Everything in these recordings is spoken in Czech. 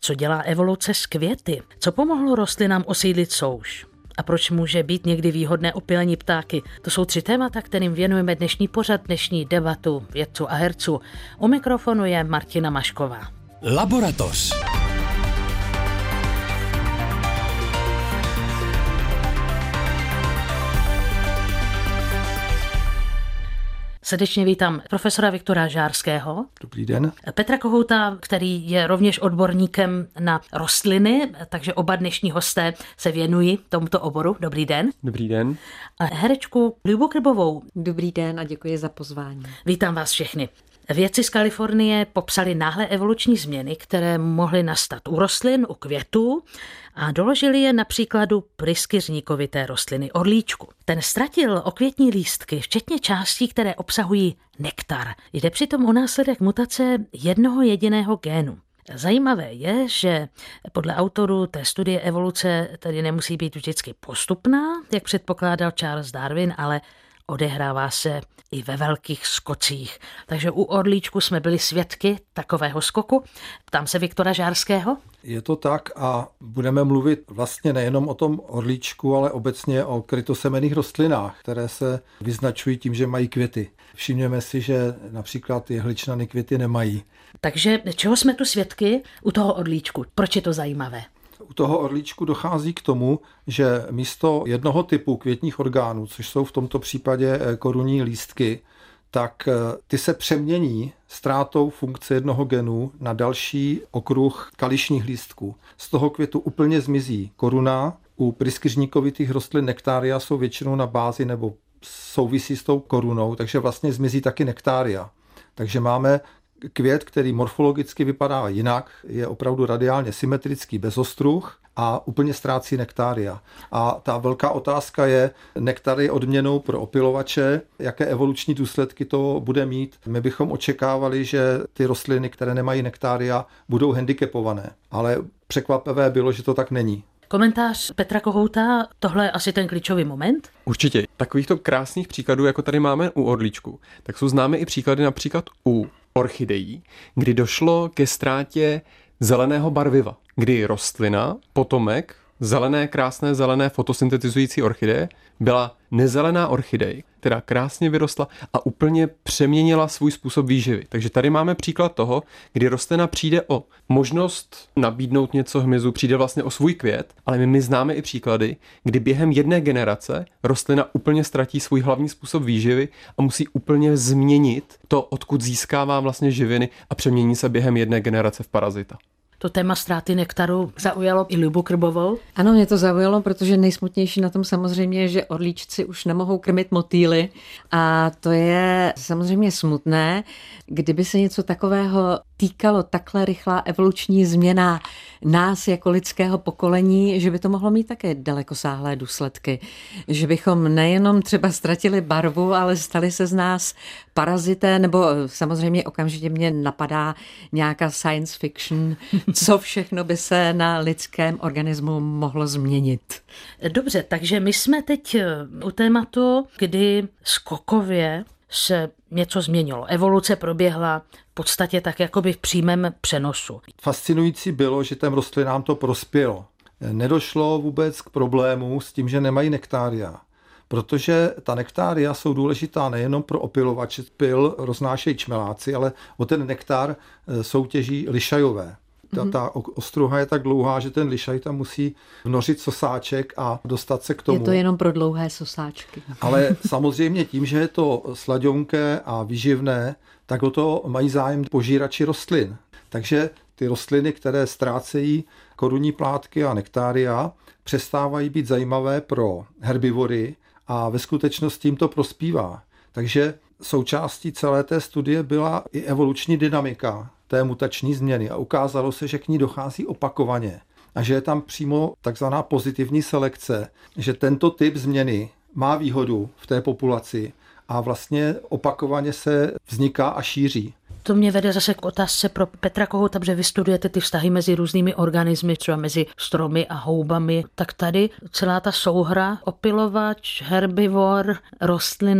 Co dělá evoluce s květy? Co pomohlo rostlinám osídlit souš? A proč může být někdy výhodné opylení ptáky? To jsou 3 témata, kterým věnujeme dnešní pořad, dnešní debatu vědců a herců. U mikrofonu je Martina Mašková. Laboratoř. Srdečně vítám profesora Viktora Žárského. Dobrý den. Petra Kohouta, který je rovněž odborníkem na rostliny, takže oba dnešní hosté se věnují tomuto oboru. Dobrý den. Dobrý den. A herečku Lubu Krbovou. Dobrý den a děkuji za pozvání. Vítám vás všechny. Vědci z Kalifornie popsali náhlé evoluční změny, které mohly nastat u rostlin, u květů a doložili je na příkladu pryskyřníkovité rostliny orlíčku. Ten ztratil okvětní lístky, včetně částí, které obsahují nektar. Jde přitom o následek mutace jednoho jediného génu. Zajímavé je, že podle autorů té studie evoluce tedy nemusí být vždycky postupná, jak předpokládal Charles Darwin, ale odehrává se i ve velkých skocích. Takže u orlíčku jsme byli svědky takového skoku. Ptám se Viktora Žárského. Je to tak a budeme mluvit vlastně nejenom o tom orlíčku, ale obecně o krytosemenných rostlinách, které se vyznačují tím, že mají květy. Všimněme si, že například jehličnany květy nemají. Takže čeho jsme tu svědky u toho orlíčku? Proč je to zajímavé? U toho orlíčku dochází k tomu, že místo jednoho typu květních orgánů, což jsou v tomto případě korunní lístky, tak ty se přemění ztrátou funkce jednoho genu na další okruh kališních lístků. Z toho květu úplně zmizí koruna. U pryskyřníkovitých rostlin nektária jsou většinou na bázi nebo souvisí s tou korunou, takže vlastně zmizí taky nektária. Takže máme květ, který morfologicky vypadá jinak, je opravdu radiálně symetrický, bez ostruh a úplně ztrácí nektária. A ta velká otázka je, nektar je odměnou pro opylovače, jaké evoluční důsledky to bude mít. My bychom očekávali, že ty rostliny, které nemají nektária, budou handicapované, ale překvapivé bylo, že to tak není. Komentář Petra Kohouta, tohle je asi ten klíčový moment? Určitě. Takovýchto krásných příkladů, jako tady máme u orlíčku, tak jsou známy i příklady například u orchidejí, kdy došlo ke ztrátě zeleného barviva, kdy rostlina, potomek, zelené, krásné zelené fotosyntetizující orchideje, byla nezelená orchidej, která krásně vyrostla a úplně přeměnila svůj způsob výživy. Takže tady máme příklad toho, kdy rostlina přijde o možnost nabídnout něco hmyzu, přijde vlastně o svůj květ, ale my známe i příklady, kdy během jedné generace rostlina úplně ztratí svůj hlavní způsob výživy a musí úplně změnit to, odkud získává vlastně živiny a přemění se během jedné generace v parazita. To téma ztráty nektaru zaujalo i Lubu Krbovou? Ano, mě to zaujalo, protože nejsmutnější na tom samozřejmě je, že orlíčci už nemohou krmit motýly a to je samozřejmě smutné. Kdyby se něco takového týkalo takhle rychlá evoluční změna nás jako lidského pokolení, že by to mohlo mít také dalekosáhlé důsledky. Že bychom nejenom třeba ztratili barvu, ale stali se z nás parazité, nebo samozřejmě okamžitě mě napadá nějaká science fiction, co všechno by se na lidském organismu mohlo změnit. Dobře, takže my jsme teď u tématu, kdy skokově se něco změnilo. Evoluce proběhla v podstatě tak jakoby v přímém přenosu. Fascinující bylo, že těm rostlinám to prospělo. Nedošlo vůbec k problému s tím, že nemají nektária. Protože ta nektária jsou důležitá nejenom pro opylovače, pyl roznášejí čmeláci, ale o ten nektar soutěží lišajové. Ta ostruha je tak dlouhá, že ten lišaj tam musí vnořit sosáček a dostat se k tomu. Je to jenom pro dlouhé sosáčky. Ale samozřejmě tím, že je to sladěnké a výživné, tak o to mají zájem požírači rostlin. Takže ty rostliny, které ztrácejí korunní plátky a nektária, přestávají být zajímavé pro herbivory a ve skutečnosti jim to prospívá. Takže součástí celé té studie byla i evoluční dynamika té mutační změny a ukázalo se, že k ní dochází opakovaně a že je tam přímo takzvaná pozitivní selekce, že tento typ změny má výhodu v té populaci a vlastně opakovaně se vzniká a šíří. To mě vede zase k otázce pro Petra Kohouta, protože vy studujete ty vztahy mezi různými organismy, třeba mezi stromy a houbami. Tak tady celá ta souhra, opylovač, herbivor, rostlina,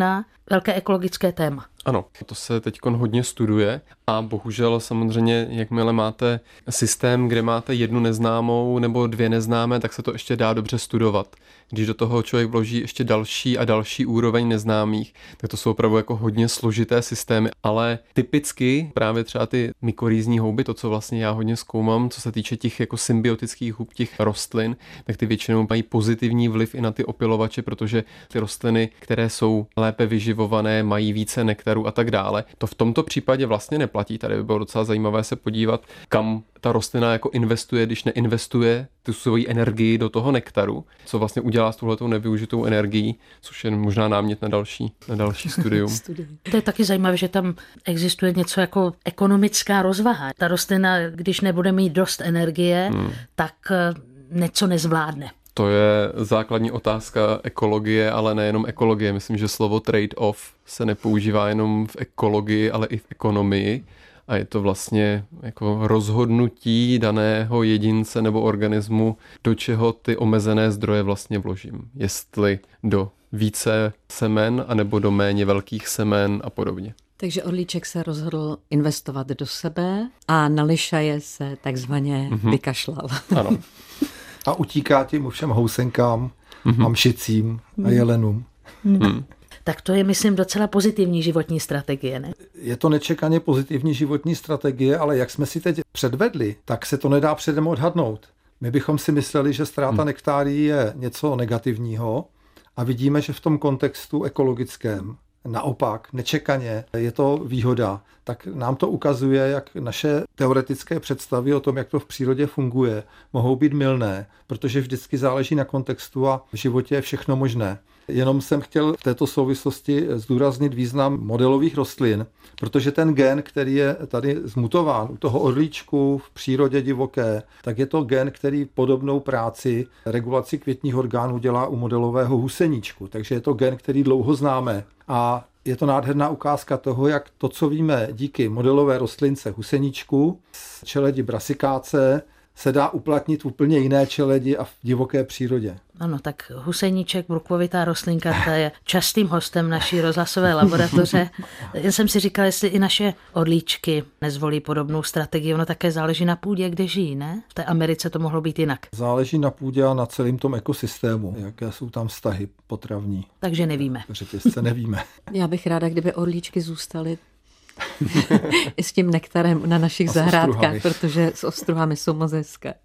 velké ekologické téma. Ano, to se teď hodně studuje a bohužel samozřejmě, jakmile máte systém, kde máte jednu neznámou nebo dvě neznámé, tak se to ještě dá dobře studovat. Když do toho člověk vloží ještě další a další úroveň neznámých, tak to jsou opravdu jako hodně složité systémy, ale typicky právě třeba ty mykorýzní houby, to, co vlastně já hodně zkoumám, co se týče těch jako symbiotických hub těch rostlin, tak ty většinou mají pozitivní vliv i na ty opylovače, protože ty rostliny, které jsou lépe vyživované, mají více nektaru a tak dále. To v tomto případě vlastně neplatí. Tady by bylo docela zajímavé se podívat, kam ta rostlina jako investuje, když neinvestuje tu svoji energii do toho nektaru, co vlastně udělá s touhletou nevyužitou energií, což je možná námět na další studium. To je taky zajímavé, že tam existuje něco jako ekonomická rozvaha. Ta rostlina, když nebude mít dost energie, tak něco nezvládne. To je základní otázka ekologie, ale nejenom ekologie. Myslím, že slovo trade-off se nepoužívá jenom v ekologii, ale i v ekonomii. A je to vlastně jako rozhodnutí daného jedince nebo organismu, do čeho ty omezené zdroje vlastně vložím. Jestli do více semen, anebo do méně velkých semen a podobně. Takže Orlíček se rozhodl investovat do sebe a na lišaje se takzvaně vykašlal. Ano. A utíká tím všem housenkám, mamšicím a jelenům. Tak to je, myslím, docela pozitivní životní strategie, ne? Je to nečekaně pozitivní životní strategie, ale jak jsme si teď předvedli, tak se to nedá předem odhadnout. My bychom si mysleli, že ztráta nektárií je něco negativního a vidíme, že v tom kontextu ekologickém naopak, nečekaně, je to výhoda. Tak nám to ukazuje, jak naše teoretické představy o tom, jak to v přírodě funguje, mohou být mylné, protože vždycky záleží na kontextu a v životě je všechno možné. Jenom jsem chtěl v této souvislosti zdůraznit význam modelových rostlin, protože ten gen, který je tady zmutován u toho orlíčku v přírodě divoké, tak je to gen, který podobnou práci regulaci květních orgánů dělá u modelového huseníčku. Takže je to gen, který dlouho známe. A je to nádherná ukázka toho, jak to, co víme díky modelové rostlince huseníčku z čeledi brasikáce, se dá uplatnit v úplně jiné čeledi a v divoké přírodě. Ano, tak huseníček, brukvovitá rostlinka, ta je častým hostem naší rozhlasové laboratoře. Já jsem si říkal, jestli i naše orlíčky nezvolí podobnou strategii. Ono také záleží na půdě, kde žijí, ne? V té Americe to mohlo být jinak. Záleží na půdě a na celém tom ekosystému, jaké jsou tam vztahy potravní. Takže nevíme. Řetězce nevíme. Já bych ráda, kdyby orlíčky zůstaly i s tím nektarem na našich zahrádkách, protože s ostruhami jsou moc hezké.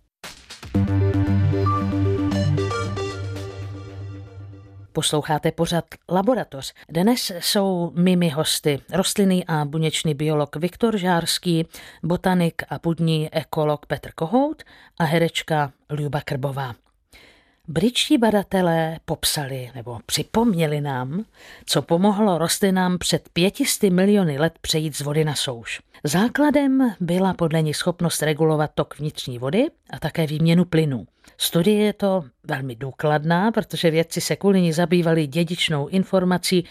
Posloucháte pořad Laboratoř. Dnes jsou mými hosty rostlinný a buněčný biolog Viktor Žárský, botanik a půdní ekolog Petr Kohout a herečka Ljuba Krbová. Britští badatelé popsali nebo připomněli nám, co pomohlo rostlinám před 500 miliony let přejít z vody na souš. Základem byla podle nich schopnost regulovat tok vnitřní vody a také výměnu plynů. Studie je to velmi důkladná, protože vědci se kvůli ní zabývali dědičnou informací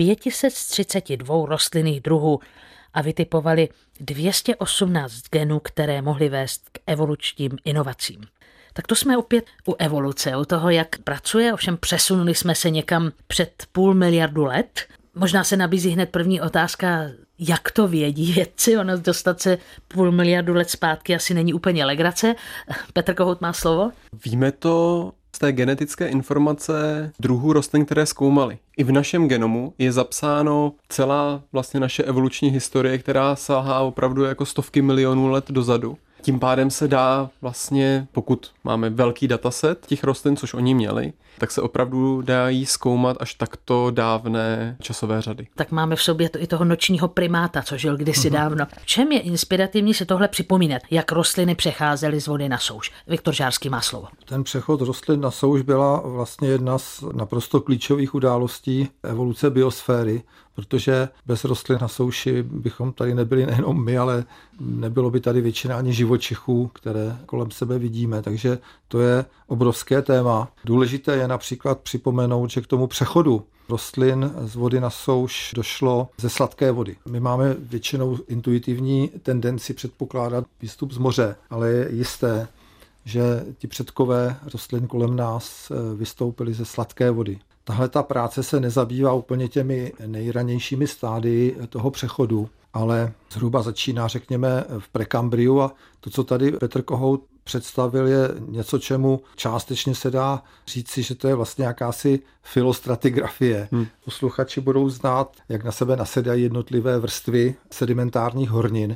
532 rostlinných druhů a vytipovali 218 genů, které mohly vést k evolučním inovacím. Tak to jsme opět u evoluce, u toho, jak pracuje, ovšem přesunuli jsme se někam před 500 miliardu let. Možná se nabízí hned první otázka, jak to vědí vědci, ono dostat se 500 miliardu let zpátky asi není úplně legrace. Petr Kohout má slovo. Víme to z té genetické informace druhů rostlin, které zkoumali. I v našem genomu je zapsáno celá vlastně naše evoluční historie, která sahá opravdu jako stovky milionů let dozadu. Tím pádem se dá vlastně, pokud máme velký dataset těch rostlin, což oni měli, tak se opravdu dají zkoumat až takto dávné časové řady. Tak máme v sobě i toho nočního primáta, co žil kdysi dávno. V čem je inspirativní si tohle připomínat, jak rostliny přecházely z vody na souš? Viktor Žárský má slovo. Ten přechod rostlin na souš byla vlastně jedna z naprosto klíčových událostí evoluce biosféry, protože bez rostlin na souši bychom tady nebyli nejenom my, ale nebylo by tady většina ani živočichů, které kolem sebe vidíme. Takže to je obrovské téma. Důležité je například připomenout, že k tomu přechodu rostlin z vody na souš došlo ze sladké vody. My máme většinou intuitivní tendenci předpokládat výstup z moře, ale je jisté, že ti předkové rostlin kolem nás vystoupili ze sladké vody. tahle ta práce se nezabývá úplně těmi nejranějšími stádii toho přechodu, ale zhruba začíná, řekněme, v prekambriu a to, co tady Petr Kohout představil, je něco, čemu částečně se dá říci, že to je vlastně jakási filostratigrafie. Posluchači budou znát, jak na sebe nasedají jednotlivé vrstvy sedimentárních hornin.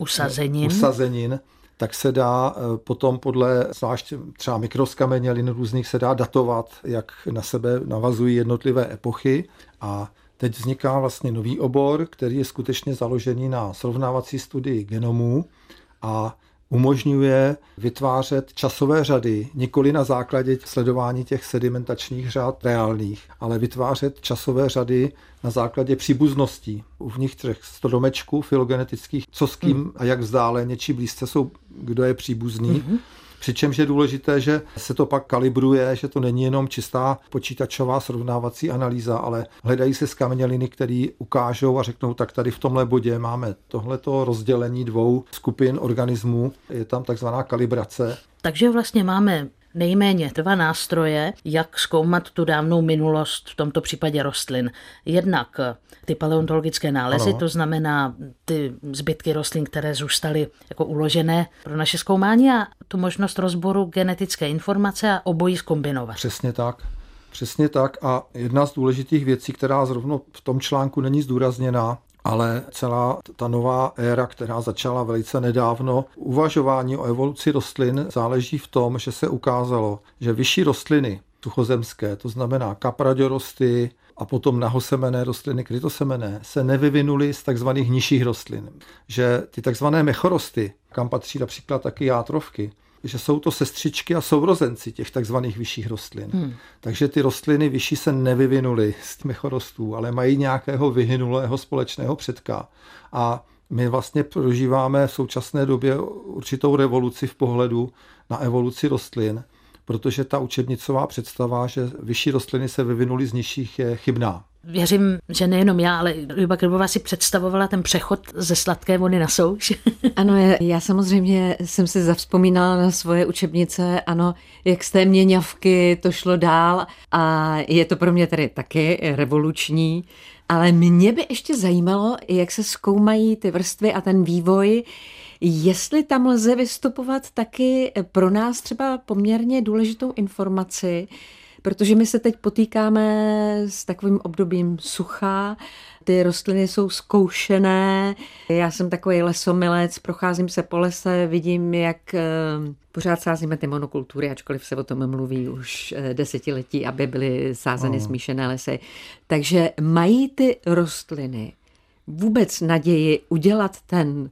Usazenin. Tak se dá potom podle zvlášť třeba mikroskamenělin různých se dá datovat, jak na sebe navazují jednotlivé epochy a teď vzniká vlastně nový obor, který je skutečně založený na srovnávací studii genomů a umožňuje vytvářet časové řady, nikoli na základě sledování těch sedimentačních řad reálných, ale vytvářet časové řady na základě příbuzností. Uvnitř těch stromečků filogenetických, co s kým a jak vzdáleně či blízce jsou, kdo je příbuzný. Přičemž je důležité, že se to pak kalibruje, že to není jenom čistá počítačová srovnávací analýza, ale hledají se zkameněliny, které ukážou a řeknou, tak tady v tomhle bodě máme tohleto rozdělení dvou skupin organismů, je tam takzvaná kalibrace. Takže vlastně máme nejméně 2 nástroje, jak zkoumat tu dávnou minulost, v tomto případě rostlin. Jednak ty paleontologické nálezy, ano. To znamená ty zbytky rostlin, které zůstaly jako uložené pro naše zkoumání a tu možnost rozboru genetické informace a obojí zkombinovat. Přesně tak a jedna z důležitých věcí, která zrovna v tom článku není zdůrazněná, ale celá ta nová éra, která začala velice nedávno, uvažování o evoluci rostlin záleží v tom, že se ukázalo, že vyšší rostliny suchozemské, to znamená kapraďorosty a potom nahosemenné rostliny, krytosemenné, se nevyvinuly z takzvaných nižších rostlin. Že ty takzvané mechorosty, kam patří například taky játrovky, že jsou to sestřičky a sourozenci těch takzvaných vyšších rostlin. Takže ty rostliny vyšší se nevyvinuly z mechorostů, ale mají nějakého vyhynulého společného předka. A my vlastně prožíváme v současné době určitou revoluci v pohledu na evoluci rostlin, protože ta učebnicová představa, že vyšší rostliny se vyvinuly z nižších, je chybná. Věřím, že nejenom já, ale Luba Grbová si představovala ten přechod ze sladké vody na souš. Ano, já samozřejmě jsem si zavzpomínala na svoje učebnice, ano, jak z té měňavky to šlo dál a je to pro mě tedy taky revoluční, ale mě by ještě zajímalo, jak se zkoumají ty vrstvy a ten vývoj, jestli tam lze vystupovat taky pro nás třeba poměrně důležitou informaci, protože my se teď potýkáme s takovým obdobím sucha, ty rostliny jsou zkoušené, já jsem takový lesomilec, procházím se po lese, vidím, jak pořád sázíme ty monokultury, ačkoliv se o tom mluví už desetiletí, aby byly sázeny smíšené lesy. Takže mají ty rostliny vůbec naději udělat ten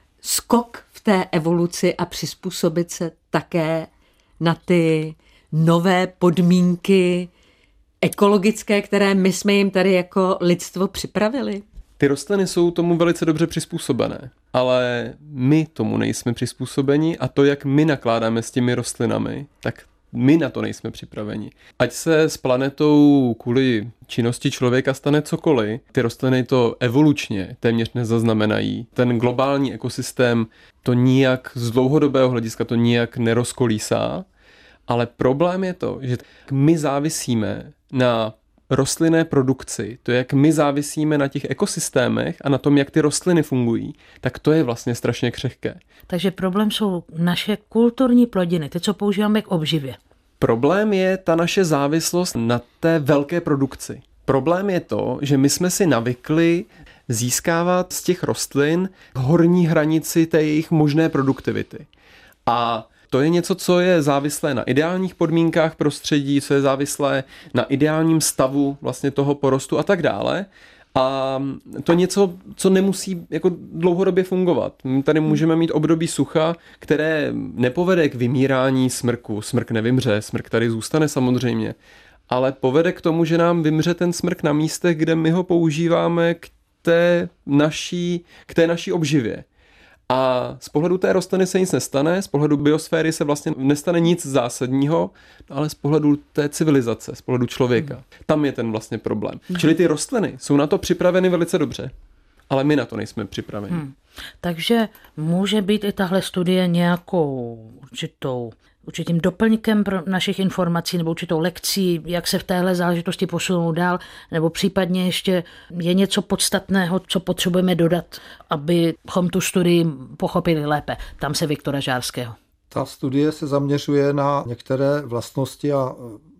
skok v té evoluci a přizpůsobit se také na ty nové podmínky ekologické, které my jsme jim tady jako lidstvo připravili? Ty rostliny jsou tomu velice dobře přizpůsobené, ale my tomu nejsme přizpůsobeni a to, jak my nakládáme s těmi rostlinami, tak my na to nejsme připraveni. Ať se s planetou kvůli činnosti člověka stane cokoliv, ty rostliny to evolučně téměř nezaznamenají. Ten globální ekosystém to nijak z dlouhodobého hlediska to nijak nerozkolísá, ale problém je to, že my závisíme na rostlinné produkci, to jak my závisíme na těch ekosystémech a na tom, jak ty rostliny fungují, tak to je vlastně strašně křehké. Takže problém jsou naše kulturní plodiny, ty, co používáme k obživě. Problém je ta naše závislost na té velké produkci. Problém je to, že my jsme si navykli získávat z těch rostlin horní hranici té jejich možné produktivity. A to je něco, co je závislé na ideálních podmínkách prostředí, co je závislé na ideálním stavu vlastně toho porostu a tak dále. A to je něco, co nemusí jako dlouhodobě fungovat. My tady můžeme mít období sucha, které nepovede k vymírání smrku. Smrk nevymře, smrk tady zůstane samozřejmě, ale povede k tomu, že nám vymře ten smrk na místech, kde my ho používáme k té naší obživě. A z pohledu té rostliny se nic nestane, z pohledu biosféry se vlastně nestane nic zásadního, ale z pohledu té civilizace, z pohledu člověka. Tam je ten vlastně problém. Čili ty rostliny jsou na to připraveny velice dobře, ale my na to nejsme připraveni. Takže může být i tahle studie nějakou určitým doplňkem pro našich informací nebo určitou lekcí, jak se v téhle záležitosti posunou dál, nebo případně ještě je něco podstatného, co potřebujeme dodat, abychom tu studii pochopili lépe. Tam se Viktora Žárského. Ta studie se zaměřuje na některé vlastnosti a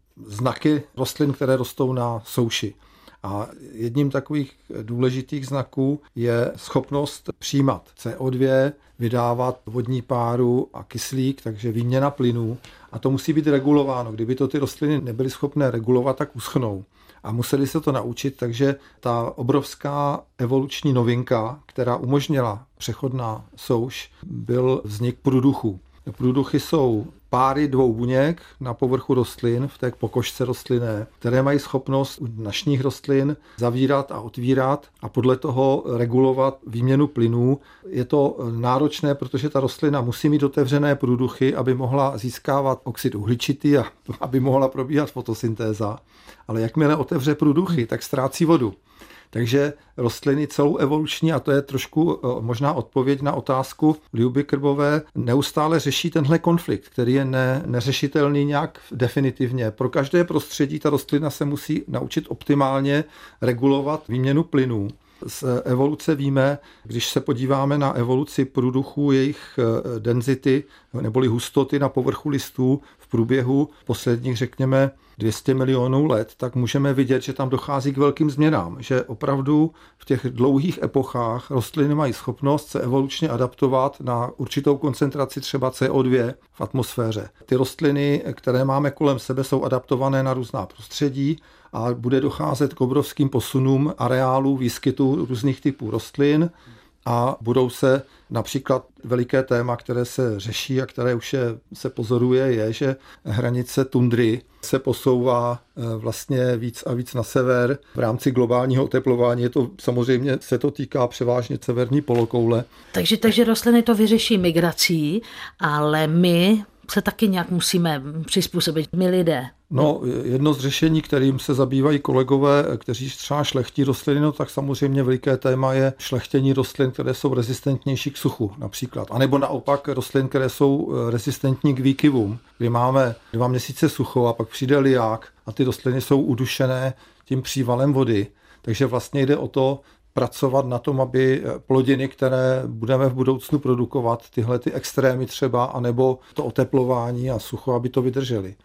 znaky rostlin, které rostou na souši. A jedním takových důležitých znaků je schopnost přijímat CO2, vydávat vodní páru a kyslík, takže výměna plynů. A to musí být regulováno. Kdyby to ty rostliny nebyly schopné regulovat, tak uschnou. A museli se to naučit, takže ta obrovská evoluční novinka, která umožnila přechod na souš, byl vznik průduchů. Průduchy jsou páry dvou buněk na povrchu rostlin, v té pokožce rostlinné, které mají schopnost u našních rostlin zavírat a otvírat a podle toho regulovat výměnu plynů. Je to náročné, protože ta rostlina musí mít otevřené průduchy, aby mohla získávat oxid uhličitý a aby mohla probíhat fotosyntéza. Ale jakmile otevře průduchy, tak ztrácí vodu. Takže rostliny celou evoluční, a to je trošku možná odpověď na otázku Ljuby Krbové, neustále řeší tenhle konflikt, který je neřešitelný nějak definitivně. Pro každé prostředí ta rostlina se musí naučit optimálně regulovat výměnu plynů. Z evoluce víme, když se podíváme na evoluci průduchů, jejich density neboli hustoty na povrchu listů v průběhu posledních, řekněme, 200 milionů let, tak můžeme vidět, že tam dochází k velkým změnám, že opravdu v těch dlouhých epochách rostliny mají schopnost se evolučně adaptovat na určitou koncentraci třeba CO2 v atmosféře. Ty rostliny, které máme kolem sebe, jsou adaptované na různá prostředí a bude docházet k obrovským posunům areálu výskytu různých typů rostlin a budou se například veliké téma, které se řeší a které už se pozoruje, je, že hranice tundry se posouvá vlastně víc a víc na sever v rámci globálního oteplování. Je to, samozřejmě se to týká převážně severní polokoule. Takže rostliny to vyřeší migrací, ale my se taky nějak musíme přizpůsobit, my lidé. No, jedno z řešení, kterým se zabývají kolegové, kteří třeba šlechtí rostliny, no, tak samozřejmě veliké téma je šlechtění rostlin, které jsou rezistentnější k suchu například. A nebo naopak rostlin, které jsou rezistentní k výkyvům, kdy máme 2 měsíce sucho a pak přijde liják a ty rostliny jsou udušené tím přívalem vody. Takže vlastně jde o to pracovat na tom, aby plodiny, které budeme v budoucnu produkovat, tyhle ty extrémy třeba, anebo to oteplování a sucho, aby to vydrželi.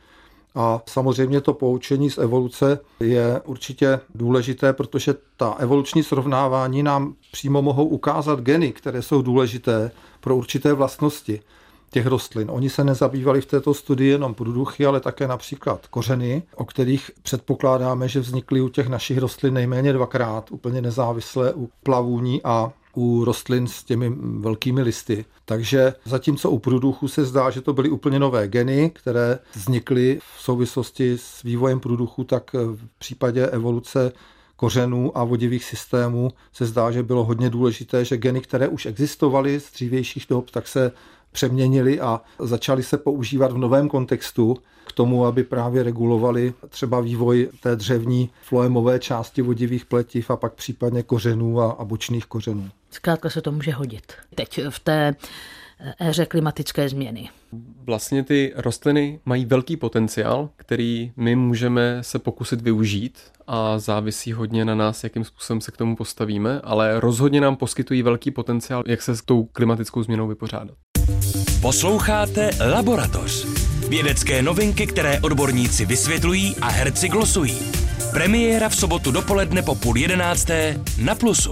A samozřejmě to poučení z evoluce je určitě důležité, protože ta evoluční srovnávání nám přímo mohou ukázat geny, které jsou důležité pro určité vlastnosti těch rostlin. Oni se nezabývali v této studii jenom průduchy, ale také například kořeny, o kterých předpokládáme, že vznikly u těch našich rostlin nejméně 2krát, úplně nezávisle u plavůní a u rostlin s těmi velkými listy. Takže zatímco u průduchů se zdá, že to byly úplně nové geny, které vznikly v souvislosti s vývojem průduchů, tak v případě evoluce kořenů a vodivých systémů se zdá, že bylo hodně důležité, že geny, které už existovaly z dřívějších dob, tak se přeměnili a začaly se používat v novém kontextu k tomu, aby právě regulovali třeba vývoj té dřevní floemové části vodivých pletiv a pak případně kořenů a bočných kořenů. Zkrátka se to může hodit teď v té éře klimatické změny. Vlastně ty rostliny mají velký potenciál, který my můžeme se pokusit využít a závisí hodně na nás, jakým způsobem se k tomu postavíme, ale rozhodně nám poskytují velký potenciál, jak se s tou klimatickou změnou vypořádat. Posloucháte Laboratoř. Vědecké novinky, které odborníci vysvětlují a herci glosují. Premiéra v sobotu dopoledne po 10:30 na Plusu.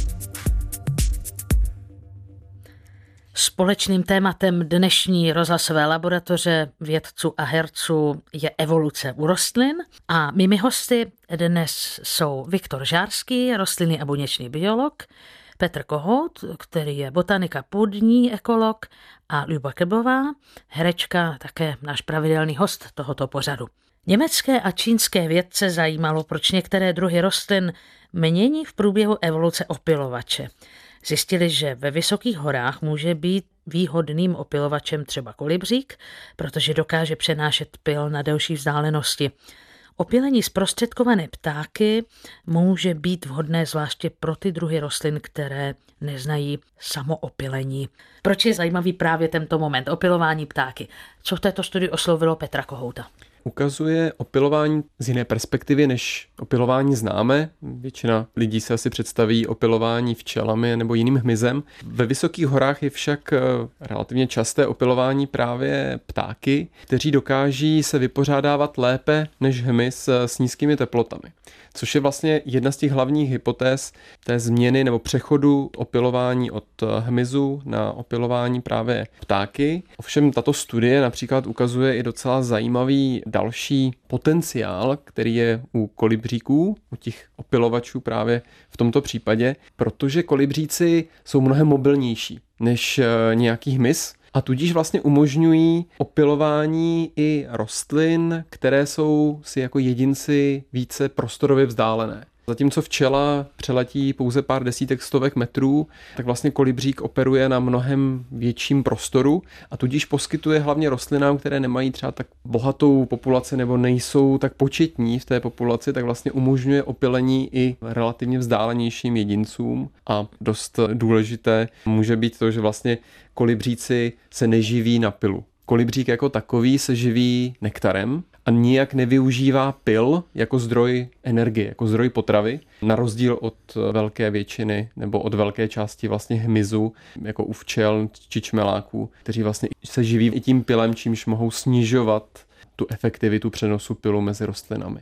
Společným tématem dnešní rozhlasové laboratoře vědců a herců je evoluce u rostlin a mými hosty dnes jsou Viktor Žárský, rostlinný a buněčný biolog, Petr Kohout, který je botanik a půdní ekolog, a Ljuba Krbová, herečka, také náš pravidelný host tohoto pořadu. Německé a čínské vědce zajímalo, proč některé druhy rostlin mění v průběhu evoluce opylovače. Zjistili, že ve vysokých horách může být výhodným opylovačem třeba kolibřík, protože dokáže přenášet pyl na delší vzdálenosti. Opylení zprostředkované ptáky může být vhodné zvláště pro ty druhy rostlin, které neznají samoopylení. Proč je zajímavý právě tento moment, opylování ptáky? Co v této studii oslovilo Petra Kohouta? Ukazuje opylování z jiné perspektivy, než opylování známe. Většina lidí se asi představí opylování včelami nebo jiným hmyzem. Ve vysokých horách je však relativně časté opylování právě ptáky, kteří dokáží se vypořádávat lépe než hmyz s nízkými teplotami. Což je vlastně jedna z těch hlavních hypotéz té změny nebo přechodu opylování od hmyzu na opylování právě ptáky. Ovšem tato studie například ukazuje i docela zajímavý další potenciál, který je u kolibříků, u těch opylovačů právě v tomto případě, protože kolibříci jsou mnohem mobilnější než nějaký hmyz. A tudíž vlastně umožňují opylování i rostlin, které jsou si jako jedinci více prostorově vzdálené. Zatímco včela přeletí pouze pár desítek, stovek metrů, tak vlastně kolibřík operuje na mnohem větším prostoru a tudíž poskytuje hlavně rostlinám, které nemají třeba tak bohatou populaci nebo nejsou tak početní v té populaci, tak vlastně umožňuje opylení i relativně vzdálenějším jedincům. A dost důležité může být to, že vlastně kolibříci se neživí na pylu. Kolibřík jako takový se živí nektarem a nijak nevyužívá pyl jako zdroj energie, jako zdroj potravy, na rozdíl od velké většiny nebo od velké části vlastně hmyzu, jako u včel či čmeláků, kteří vlastně se živí i tím pylem, čímž mohou snižovat tu efektivitu přenosu pylu mezi rostlinami.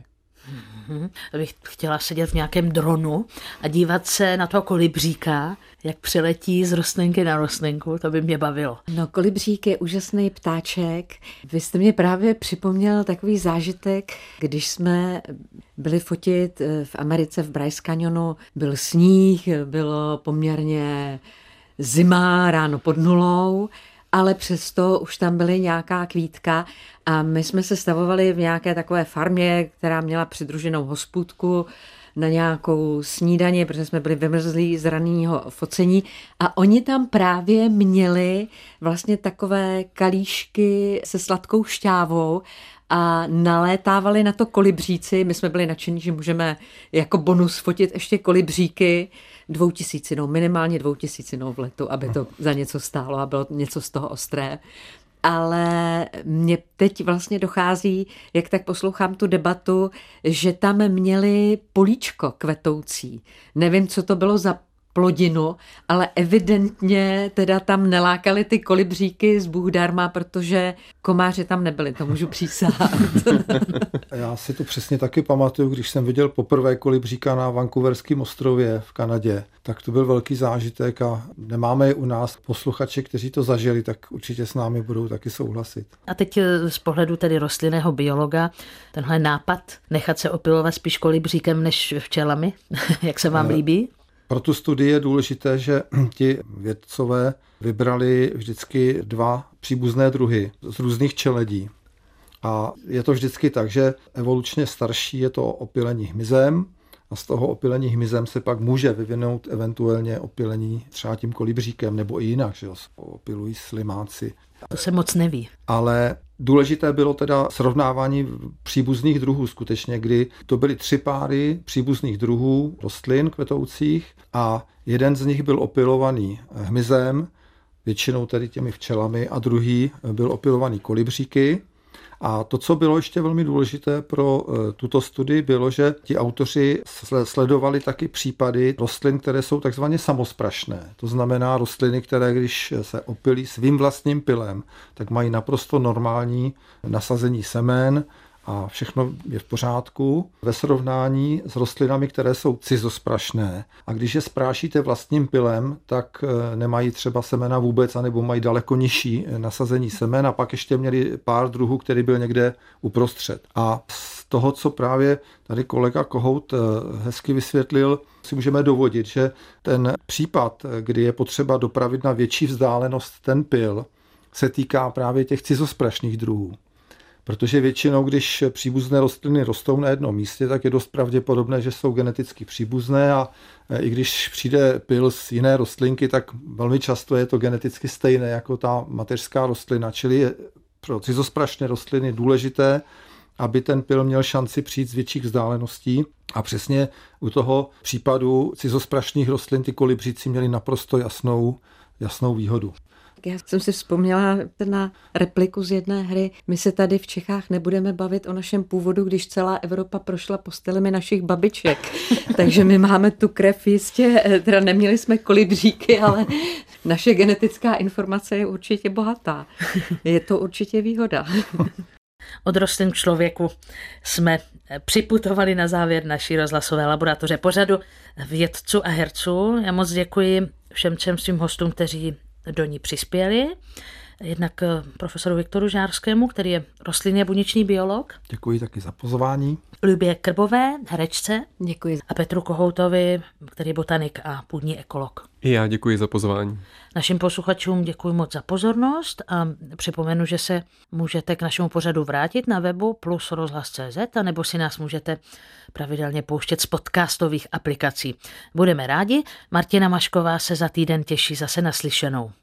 Bych chtěla sedět v nějakém dronu a dívat se na toho kolibříka, jak přiletí z rostlinky na rostlinku, to by mě bavilo. No, kolibřík je úžasný ptáček. Vy jste mě právě připomněl takový zážitek, když jsme byli fotit v Americe v Bryce Canyonu, byl sníh, bylo poměrně zima, ráno pod nulou, ale přesto už tam byly nějaká kvítka a my jsme se stavovali v nějaké takové farmě, která měla přidruženou hospůdku na nějakou snídani, protože jsme byli vymrzlí z ranního focení a oni tam právě měli vlastně takové kalíšky se sladkou šťávou a nalétávali na to kolibříci. My jsme byli nadšení, že můžeme jako bonus fotit ještě kolibříky 2000, minimálně 2000 v letu, aby to za něco stálo a bylo něco z toho ostré. Ale mně teď vlastně dochází, jak tak poslouchám tu debatu, že tam měli políčko kvetoucí. Nevím, co to bylo za plodinu, ale evidentně teda tam nelákali ty kolibříky z Bůh darma, protože komáři tam nebyli, to můžu přísahat. Já si to přesně taky pamatuju, když jsem viděl poprvé kolibříka na Vancouverském ostrově v Kanadě, tak to byl velký zážitek a nemáme je u nás posluchači, kteří to zažili, tak určitě s námi budou taky souhlasit. A teď z pohledu tedy rostlinného biologa, tenhle nápad nechat se opylovat spíš kolibříkem než včelami, jak se vám líbí? Pro tu studii je důležité, že ti vědcové vybrali vždycky 2 příbuzné druhy z různých čeledí. A je to vždycky tak, že evolučně starší je to opylení hmyzem a z toho opylení hmyzem se pak může vyvinout eventuálně opylení třeba tím kolibříkem nebo i jinak, že jo, opylují slimáci. To se moc neví. Ale důležité bylo teda srovnávání příbuzných druhů skutečně, kdy to byly 3 páry příbuzných druhů rostlin kvetoucích a jeden z nich byl opylovaný hmyzem, většinou tedy těmi včelami, a druhý byl opylovaný kolibříky. A to, co bylo ještě velmi důležité pro tuto studii, bylo, že ti autoři sledovali taky případy rostlin, které jsou takzvaně samosprašné. To znamená rostliny, které když se opylí svým vlastním pylem, tak mají naprosto normální nasazení semen a všechno je v pořádku ve srovnání s rostlinami, které jsou cizosprašné. A když je sprášíte vlastním pylem, tak nemají třeba semena vůbec, anebo mají daleko nižší nasazení semen a pak ještě měli pár druhů, který byl někde uprostřed. A z toho, co právě tady kolega Kohout hezky vysvětlil, si můžeme dovodit, že ten případ, kdy je potřeba dopravit na větší vzdálenost ten pyl, se týká právě těch cizosprašných druhů. Protože většinou, když příbuzné rostliny rostou na jednom místě, tak je dost pravděpodobné, že jsou geneticky příbuzné a i když přijde pyl z jiné rostlinky, tak velmi často je to geneticky stejné jako ta mateřská rostlina. Čili je pro cizosprašné rostliny důležité, aby ten pyl měl šanci přijít z větších vzdáleností. A přesně u toho případu cizosprašných rostlin ty kolibříci měli naprosto jasnou výhodu. Já jsem si vzpomněla na repliku z jedné hry. My se tady v Čechách nebudeme bavit o našem původu, když celá Evropa prošla postelemi našich babiček. Takže my máme tu krev jistě, teda neměli jsme kolibříky, ale naše genetická informace je určitě bohatá. Je to určitě výhoda. Od rostlin k člověku jsme připutovali na závěr naší rozhlasové laboratoře pořadu vědců a herců. Já moc děkuji všem svým hostům, kteří do ní přispěli. Jednak profesoru Viktoru Žárskému, který je rostlinně buněčný biolog. Děkuji taky za pozvání. Lubě Krbové, herečce. Děkuji. A Petru Kohoutovi, který je botanik a půdní ekolog. I já děkuji za pozvání. Našim posluchačům děkuji moc za pozornost a připomenu, že se můžete k našemu pořadu vrátit na webu plusrozhlas.cz a nebo si nás můžete pravidelně pouštět z podcastových aplikací. Budeme rádi. Martina Mašková se za týden těší zase naslyšenou.